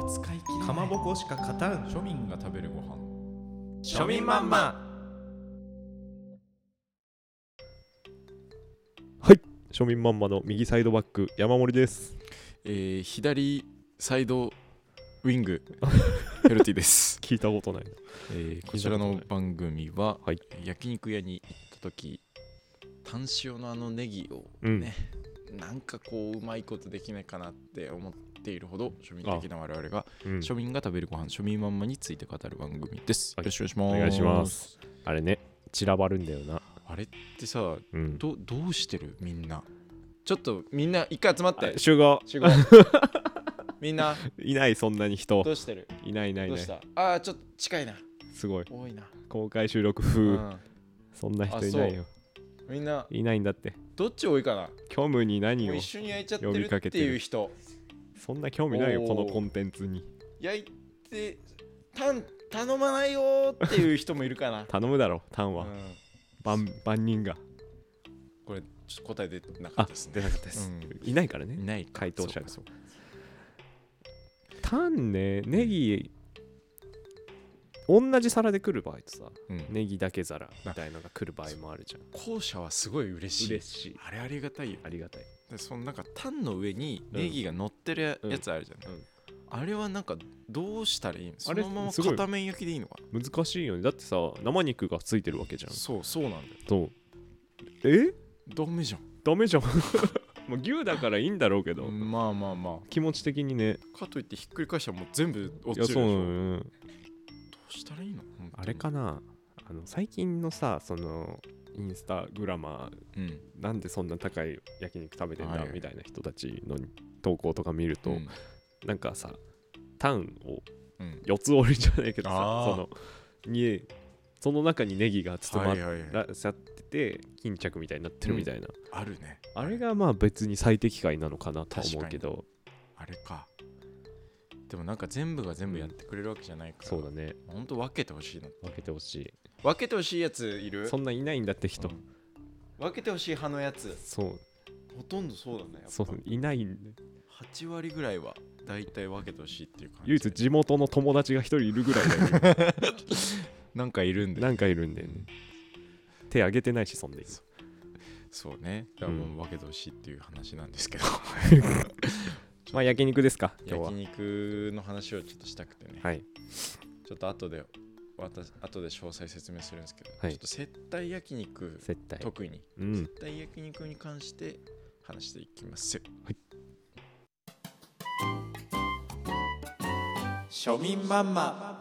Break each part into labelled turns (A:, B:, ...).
A: 使い切れない。
B: かまぼこしか勝たん。
A: 庶民が食べるご飯。
B: 庶民マンマ。
C: はい、庶民マンマの右サイドバック山森です。
A: 左サイドウィングヘルティです
C: 聞いたことない、
A: こちらの番組は、
C: はい、
A: 焼肉屋に行った時、タン塩のネギをね、なんかこううまいことできないかなって思っているほど庶民的な我々が、庶民が食べるご飯、庶民マンマについて語る番組です。よろしくお願いします。
C: お願いします。あれね、散らばるんだよな。
A: あれってさ、どうしてるみんな。ちょっとみんな一回集まって。
C: 集合
A: みんない
C: ない、そんなに人
A: どうしてる。
C: いない
A: どうした。ちょっと近いな。
C: すごい
A: 多いな。
C: 公開収録風、そんな人いないよ。
A: みんない
C: ないんだって。
A: どっち多いかな。
C: 虚無に何を
A: 一緒に焼いちゃってるっていう人。
C: そんな興味ないよこのコンテンツに。
A: 焼いて頼まないよっていう人もいるかな。
C: 頼むだろタンは、万人が。
A: これちょっと答え出なかったですね。
C: 出なかったです、いないからね。
A: いない
C: 回答者が。
A: そう
C: タンね、ネギ同じ皿で来る場合とさ、ネギだけ皿みたいなのが来る場合もあるじゃん。
A: 後者はすごい嬉しい。ありがたいよ。
C: ありがたい。
A: でそのなんかタンの上にネギが乗ってるやつあるじゃない、あれはなんかどうしたらいいの。そのまま片面焼きでいいのか。
C: 難しいよね。だってさ、生肉がついてるわけじゃん。
A: そうなんだよ。
C: そう
A: ダメじゃん。
C: ダメじゃんもう牛だからいいんだろうけど、
A: まあ
C: 気持ち的にね。
A: かといってひっくり返したらもう全部落ちるでしょ。
C: そう、
A: どうしたらいいの。
C: あれかな、最近のさ、そのインスタグラマー、なんでそんな高い焼肉食べてんだみたいな人たちの投稿とか見ると、なんかさ、タンを四つ折りじゃないけどさ、その中にネギが包まらちゃってて巾着みたいになってるみたいな、
A: あるね。
C: あれがまあ別に最適解なのかなと思うけど。
A: あれか。でもなんか全部が全部やってくれるわけじゃないから、
C: そうだね。
A: ほんと分けてほしいな。
C: 分けてほしい。
A: 分けてほしいやついる。
C: そんないないんだって人、
A: 分けてほしい派のやつ。
C: そう
A: ほとんどそうだね。
C: そういないんで、
A: 8割ぐらいはだいたい分けてほしいっていう感じ。
C: 唯一地元の友達が一人いるぐらいだよね
A: なんかいるんで、
C: なんかいるんでね。手挙げてないし、そんで
A: そうね。だからもう分けてほしいっていう話なんですけど
C: まあ焼肉ですか。今日は
A: 焼肉の話をちょっとしたくてね、
C: はい、
A: ちょっと後で詳細説明するんですけど、
C: はい、
A: ちょっと接待焼肉、特に、接待焼肉に関して話していきます。
C: はい。
A: 庶民マンマ。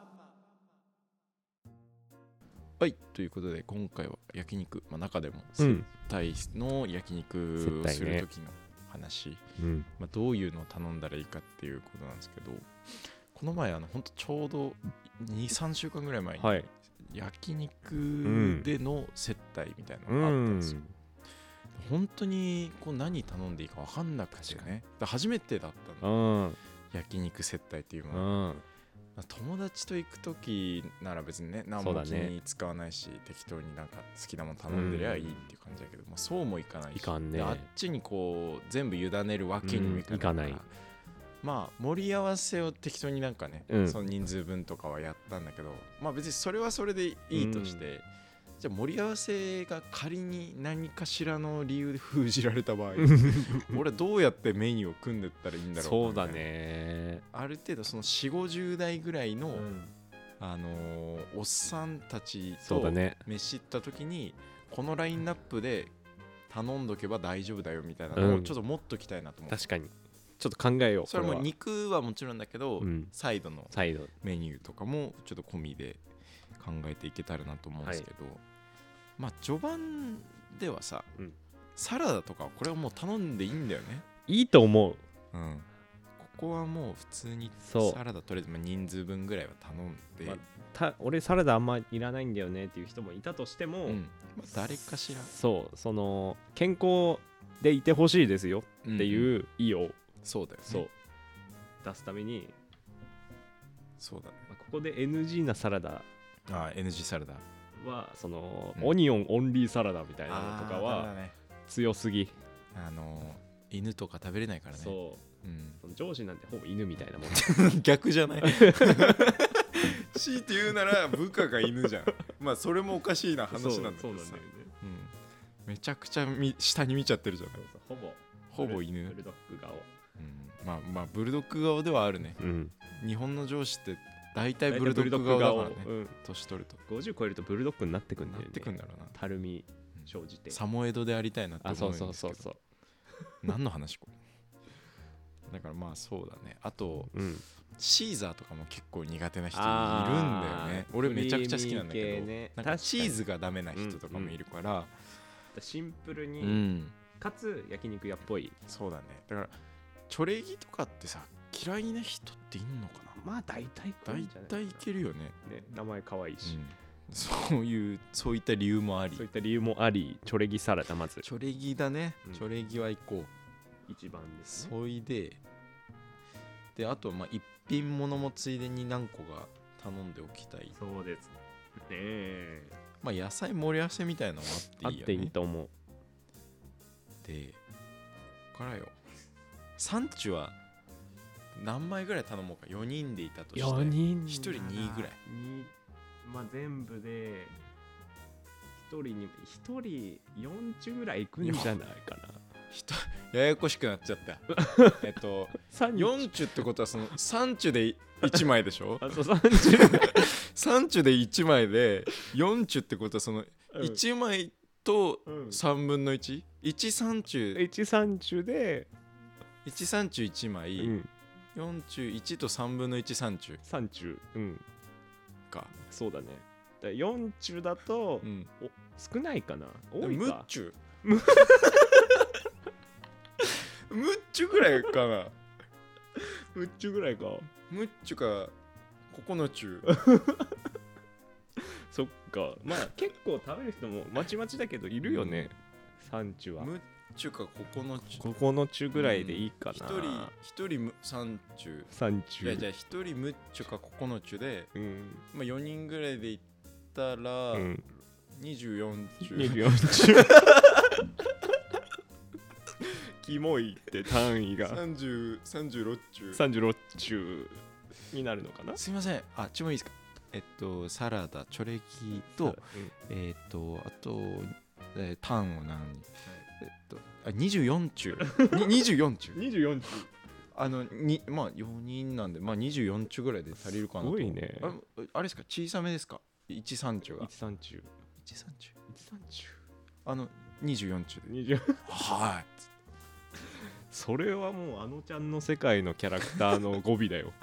A: はい、ということで今回は焼肉、中でも接待の焼肉をする時の話、どういうのを頼んだらいいかっていうことなんですけど、この前ほんとちょうど 2,3 週間ぐらい前に、焼肉での接待みたいなのがあったんですよ。本当にこう何頼んでいいか分かんなくてね、初めてだったの、焼肉接待っていうもの。友達と行くときなら別にね、何も気に使わないし、適当になんか好きなもの頼んでりゃいいっていう感じだけど、そうもいかないし、あっちにこう全部委ねるわけにもいかないから、まあ盛り合わせを適当になんかね、その人数分とかはやったんだけど、別にそれはそれでいいとして、じゃあ盛り合わせが仮に何かしらの理由で封じられた場合俺どうやってメニューを組んでったらいいんだろう。
C: そうだね。
A: ある程度その 40,50 代ぐらいの、おっさんたちと飯行った時にこのラインナップで頼んどけば大丈夫だよみたいなのをちょっと持っときたいなと思って。
C: 確かにちょっと考えよう。
A: それはもう肉はもちろんだけど、サイドのメニューとかもちょっと込みで考えていけたらなと思うんですけど、序盤ではさ、サラダとかこれはもう頼んでいいんだよね。
C: いいと思う。
A: ここはもう普通にサラダとりあえず人数分ぐらいは頼んで、
C: 俺サラダあんまいらないんだよねっていう人もいたとしても、
A: 誰かしら
C: その健康でいてほしいですよっていう意を、
A: そうだよね、
C: 出すために、
A: そうだね、
C: ここで NG なサラダ、
A: NG サラダ
C: はその、オニオンオンリーサラダみたいなのとかは強すぎ。
A: 犬とか食べれないからね。
C: そう、その上司なんてほぼ犬みたいなもん
A: 逆じゃない強いて言うなら部下が犬じゃん。まあそれもおかしいな話なんだけどさ。
C: そうなんだよね、
A: めちゃくちゃ下に見ちゃってるじゃん。
C: そう
A: ほぼ犬。
C: ブルドッグ顔、
A: まあブルドッグ顔ではあるね。日本の上司って大体ブルドッグ顔だからね。年取ると
C: 50超えるとブルドッグになってくんだよね。
A: なってくんだろうな。
C: たるみ生じて、
A: サモエドでありたいなって思うんですけど。
C: そう
A: 何の話これ。だからまあそうだね。あと、シーザーとかも結構苦手な人いるんだよね。俺めちゃくちゃ好きなんだけど、なんかチーズがダメな人とかもいるから、
C: シンプルに、かつ焼肉屋っぽい。
A: そうだね。だからチョレギとかってさ、嫌いな人っていんのかな。
C: まあ大体
A: いけるよね。
C: 名前可愛いし、
A: そういった理由もあり、
C: チョレギサラダ、まず
A: チョレギだね。チョレギは行こう。
C: 一番ですね。
A: そいであとまあ一品物もついでに何個か頼んでおきたい。
C: そうですね。
A: まあ野菜盛り合わせみたいなのもあっていいよね。
C: あっていいと思う。
A: でからよ、サンチュは何枚ぐらい頼もうか。4人でいたとして
C: 4人
A: 1人2ぐらい。
C: まあ全部で1人4中ぐらいいくんじゃないかな。
A: ややこしくなっちゃった4チュってことはその3チュで1枚でしょ。
C: そう
A: 3チュで1枚で4チュってことはその1枚と3分の 1?1 3チュ
C: 1チュで
A: 1サンチュ1枚、4チュ1と3分の1サンチュ
C: 3チュ
A: か。
C: そうだね。だ4チュだと、少ないかな。多いか。
A: ムッチュムッチュぐらいかな。
C: ムッチュぐらいか。
A: ムッチュか9チュ
C: そっか。まあ結構食べる人もまちまちだけどいるよね。3チュは
A: ムッチュか9チュ
C: 9チュぐらいでいいかな。
A: 1人3チュ
C: 3チュ。
A: じゃあ1人ムッチュか9チュで、まあ4人ぐらいでいったら、24チュ
C: キモいって単位が
A: 36チュ
C: 36チュになるのかな。
A: すいません、ちもいいですか。サラダチョレギと、あと、タンを何に、24チュ24チュ
C: 24チ
A: ュまあ4人なんで、まあ24チュぐらいで足りるかなと。
C: すごいね。
A: あれですか、小さめですか。13チュが
C: 13チュ
A: 24チュではい。
C: それはもうあのちゃんの世界のキャラクターの語尾だよ。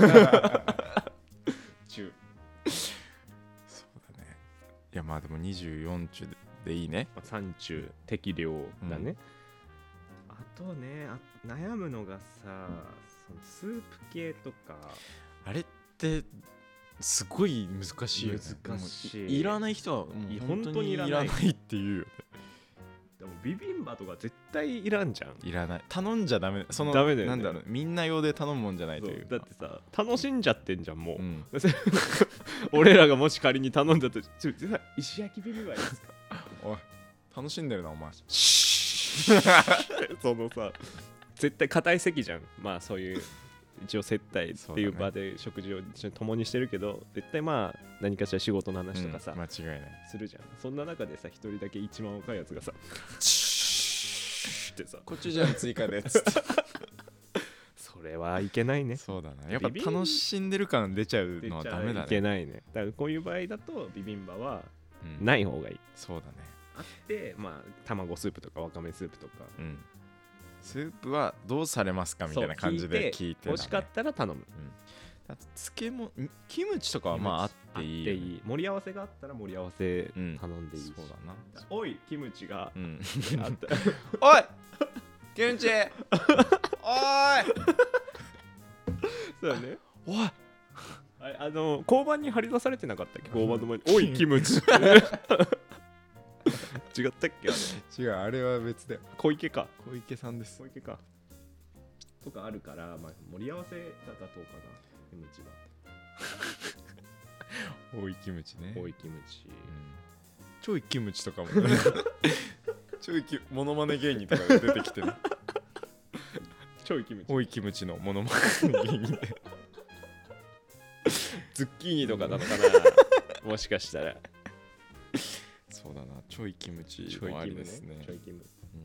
C: チュ。
A: そうだね。いやまあでも24チュでいいね。
C: 3チュ適量だね。あとね、悩むのがさ、そのスープ系とか
A: あれってすごい難しいよね。
C: 難しい。
A: いらない人はもう本当にいらないっていうよね。
C: でもビビンバとか絶対いらんじゃん。
A: いらない。頼んじゃダメ。
C: ダメだよね。
A: なんだろう、みんな用で頼むもんじゃないという。
C: だってさ、楽しんじゃってんじゃんもう。俺らがもし仮に頼んだと石焼きビビンバですか。
A: おい、楽しんでるなお前。
C: そのさ、絶対硬い席じゃん。まあそういう一応接待っていう場で食事を一緒に共にしてるけど、絶対まあ何かしら仕事の話とかさ、
A: 間違いない
C: するじゃん。そんな中でさ、一人だけ一番若いやつがさってさ、
A: こっちじゃん追加でっつって
C: それはいけないね。
A: そうだな。やっぱ楽しんでる感出ちゃうのはダメだね。
C: いけないね。だからこういう場合だとビビンバはない方がいい。
A: そうだね。
C: あって、まあ卵スープとかわかめスープとか、
A: スープはどうされますかみたいな感じで聞いて、
C: 欲しかったら頼む。
A: あと漬物、キムチとかはまああっていい。
C: 盛り合わせがあったら盛り合わせ頼んでいい。
A: そうだな。
C: おいキムチがあった
A: おいキムチおい
C: そうだね。
A: おい
C: 交番に張り出されてなかったっけ。交番の前においキムチ違ったっけ。
A: 違う、あれは別で。
C: 小池か。
A: 小池さんです。
C: 小池かとかあるから、まあ、盛り合わせだとかな。キムチは
A: おいキムチね。
C: おいキムチ、
A: ちょいキムチとかもねちょいモノマネ芸人とかが出てきてね
C: ちょいキムチ
A: おいキムチのものまね
C: ズッキーニとかなのかなもしかしたら
A: そうだな、ちょいキムチもありですね。
C: ちょいキム、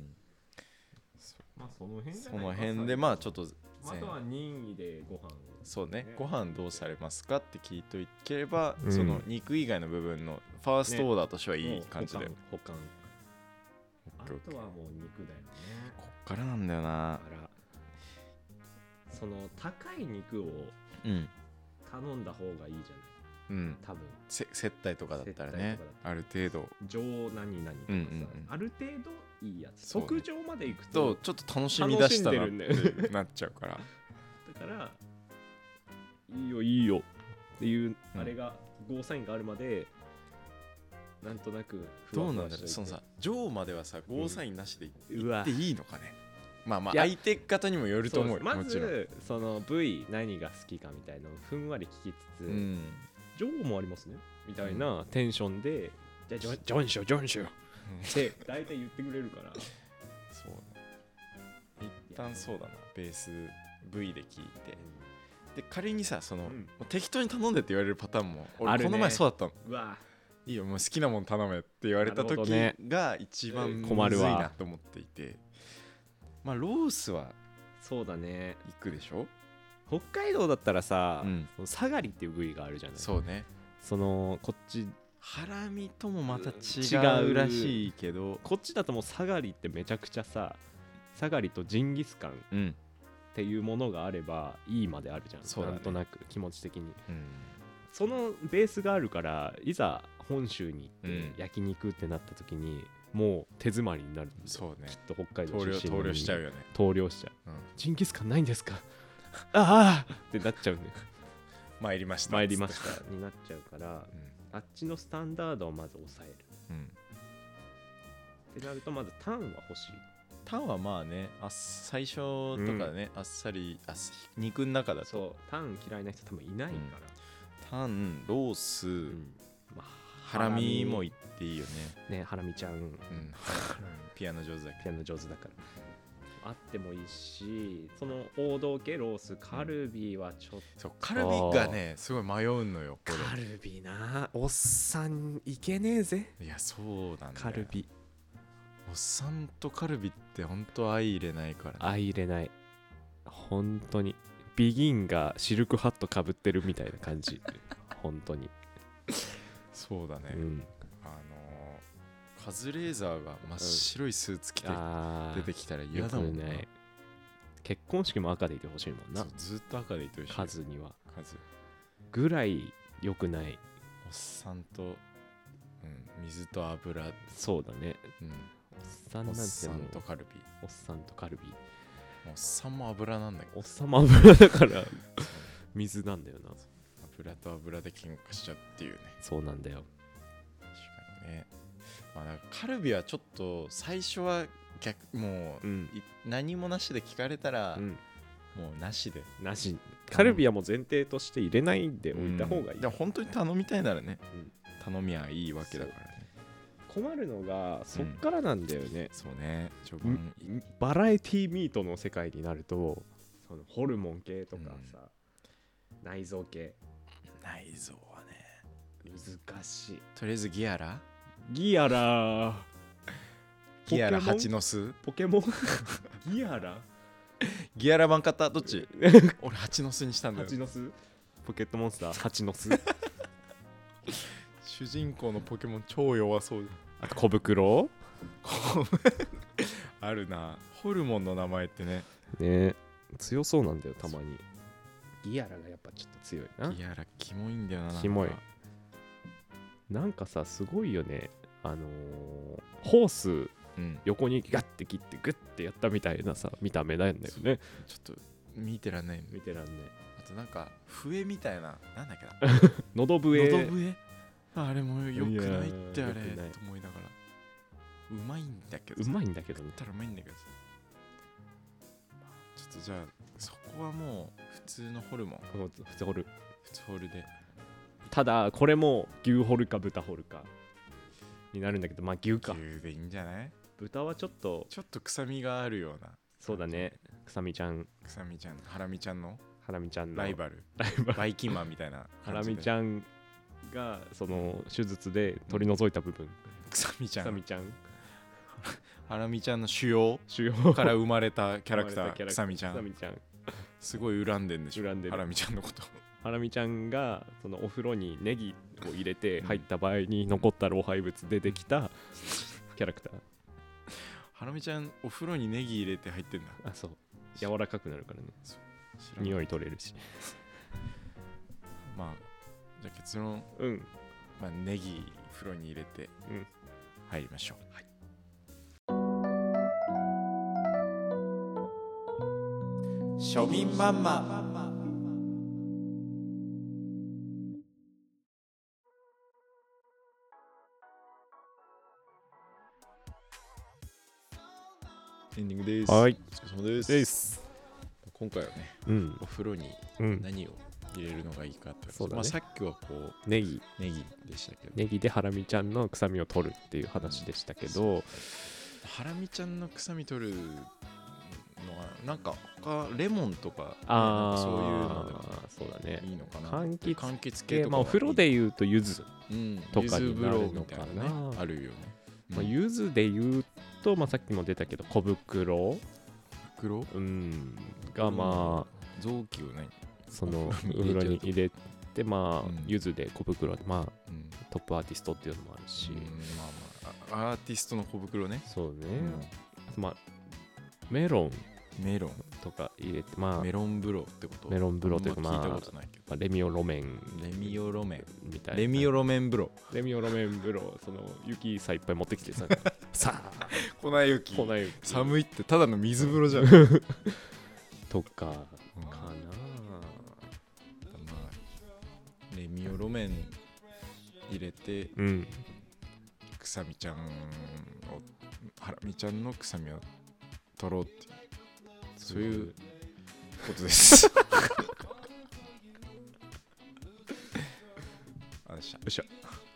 C: まあその辺
A: その辺でまあちょっと
C: あとは任意でご飯を
A: そうね、ご飯どうされますかって聞いといければ、
C: うん
A: その肉以外の部分のファーストオーダーとしてはいい感じで、
C: 保管あとはもう肉だよね。
A: こっからなんだよな。
C: だからその高い肉を
A: うん
C: 頼んだ方がいいじゃない、
A: うん、
C: 多分
A: 接待とかだったら
C: 接待
A: ね
C: とかだった
A: ある程度
C: 上何々とかさ、
A: うんうんうん
C: ある程度いいやつ、
A: そうね
C: 特上まで行く
A: と
C: と
A: ちょっと楽しみ出したなっ
C: 楽しんでるんだよ
A: てなっちゃうから
C: だからいいよいいよっていうあれがゴーサインがあるまでなんとなくふわ
A: どうなんだろう、
C: ふわしといて
A: そのさ上まではさゴーサインなしで
C: うわ
A: 行っていいのかね。まあまあ
C: いや
A: 相手方にもよると思うよ、
C: ま
A: もちろん。
C: ずその部位何が好きかみたいなのをふんわり聞きつつ、
A: うん
C: ジョーもありますねみたいなテンションで、じゃあジョンしようジョンしようって大体言ってくれるから
A: そうね、一旦そうだな、ベース V で聞いて、で仮にさその、もう適当に頼んでって言われるパターンも俺
C: あるね
A: この前そうだったの。
C: うわ
A: いいよもう好きなもん頼めって言われた
C: なるほ
A: 時
C: どね
A: が一番
C: 困るわ
A: むずいなと思っていて、まあロースは
C: そうだね、
A: 行くでしょ。
C: 北海道だったらさ、
A: うん
C: そのサガリっていう部位があるじゃない。
A: そうね、
C: そのこっち
A: ハラミともまた違うらしいけど、
C: こっちだともうサガリってめちゃくちゃさ、サガリとジンギスカンっ
A: うん
C: ていうものがあればいいまであるじゃん、
A: そうだね
C: なんとなく気持ち的に
A: うん
C: そのベースがあるから、いざ本州に行
A: うん
C: って焼肉ってなった時に、もう手詰まりになるんだよ
A: そうね、
C: きっと北海道
A: 投
C: 出身の
A: 了しちゃうよね。
C: 投了しちゃう、
A: うん
C: ジンギスカンないんですかああってなっちゃうんだよ
A: 参りました
C: 参りましたになっちゃうから
A: うん
C: あっちのスタンダードをまず抑える
A: うん
C: ってなると、まずタンは欲しい。
A: タンはまあね、最初とかね、あっさり肉の中だと
C: そう、タン嫌いな人多分いないから、
A: タン、ロース、
C: まあ、
A: ハラミもいっていいよね。
C: ね、ハラミちゃん、
A: うん、ピアノ上手だけ
C: ピアノ上手だからあってもいいし、その王道系ロース、カルビはちょっと、
A: そう、カルビがねすごい迷うのよこ
C: カルビな、おっさんいけねえぜ、
A: れ。いやそうなんだよ、
C: カルビ
A: おっさんとカルビってほんと相入れないから、ね、
C: 相入れない、本当にビギンがシルクハットかぶってるみたいな感じ本当に、
A: そうだね、
C: うん、
A: カズレーザーが真っ白いスーツ着て出てきたら嫌だもんな、
C: よくない。結婚式も赤でいてほしいもんな
A: そう、ずっと赤でいてほしい。
C: 数には
A: 数
C: ぐらい良くない。
A: おっさんと、水と油、
C: そうだね、
A: うん、
C: おっさんなんて
A: おっさん
C: もう
A: とカルビ、
C: おっさんとカルビ、
A: おっさんも油なんだけど、
C: おっさんも油だから水なんだよな。
A: 油と油で喧嘩しちゃうっていうね。
C: そうなんだよ。
A: 確かにね。まあ、なんかカルビはちょっと最初はもう、何もなしで聞かれたら、もうなしで。
C: なし。カルビはもう前提として入れないでおいた方がいい。
A: でも本当に頼みたいならね、頼みはいいわけだからね。
C: 困るのがそっからなんだよね。
A: そうね。序盤
C: バラエティミートの世界になると、そのホルモン系とかさ、内臓系。
A: 内臓はね
C: 難しい。
A: とりあえずギアラ蜂の巣
C: ポケモン
A: ギアラ版型どっち俺蜂の巣にしたんだよ。
C: 蜂の巣ポケットモンスター蜂の巣
A: 主人公のポケモン超弱そう。
C: あと小袋
A: あるな。ホルモンの名前ってね
C: 強そうなんだよたまに。ギアラがやっぱちょっと強いな。
A: ギアラキモいんだよな。
C: キモい。なんかさすごいよね、ホース横にガッて切ってグッてやったみたいなさ見た目なんだよね。
A: ちょっと見てらんない。
C: 見てらんない。
A: あとなんか笛みたいな、なんだっけな
C: 喉笛
A: あれもよくないってあれと思いながら、うまいんだけど、
C: うまいんだけどね。
A: たらうまいんだけどさ、ちょっとじゃあそこはもう普通のホルモン、
C: 普通ホル
A: で、
C: ただこれも牛ホルか豚ホルかになるんだけど、まあ牛か。
A: 牛でいいんじゃない？
C: 豚はちょっと
A: 臭みがあるような
C: そうだね。くさみちゃん、
A: ハラミちゃんの
C: ライバル
A: バイキンマンみたいな
C: ハラミちゃんがその手術で取り除いた部分、
A: くさみちゃんハラミちゃんの腫瘍から生まれたキャラクターくさみちゃんすごい恨んでんでしょハラミちゃんのこと。
C: ハラミちゃんがそのお風呂にネギを入れて入った場合に残った老廃物でできたキャラクター。
A: ハラミちゃんお風呂にネギ入れて入ってんだ。
C: あ、そう、柔らかくなるからね、匂い取れるし。
A: まあじゃあ結論、まあ、ネギ風呂に入れて入りましょう。
B: 庶民マンマ。
A: エンディングです。
C: はい、
A: お疲れ様です。今回はね、お風呂に何を入れるのがいいかって、まあ、さっきはこうネギでしたけど、
C: ネギでハラミちゃんの臭みを取るっていう話でしたけど、
A: ハラミちゃんの臭み取るのはなんかレモンとか、ね、そういうのでも
C: そうだね、
A: いいのかな。
C: 柑橘
A: 系とか、
C: まあ、お風呂でいうと柚子とかになるのかな、
A: あるよね。
C: まあ、柚子で言うと、まあ、さっきも出たけど小袋がまあ
A: 臓器をね
C: そのお風呂に入れて、まあ柚子で小袋で、まあトップアーティストっていうのもあるし、
A: まあアーティストの小袋ね。
C: そうね、まあメロンとか入れて、まあ
A: メロン風呂ってこと。
C: メロン風呂というか、まあ
A: 聞いたことないけど、
C: レミオロメンみたいな。
A: レミオロメン風呂、その雪さいっぱい持ってきてささあ粉雪寒いってただの水風呂じゃん
C: とかかな。
A: レミオロメン入れて、くさみちゃんをハラミちゃんのくさみを取ろうっていう、そういうことですよ
C: っしゃ。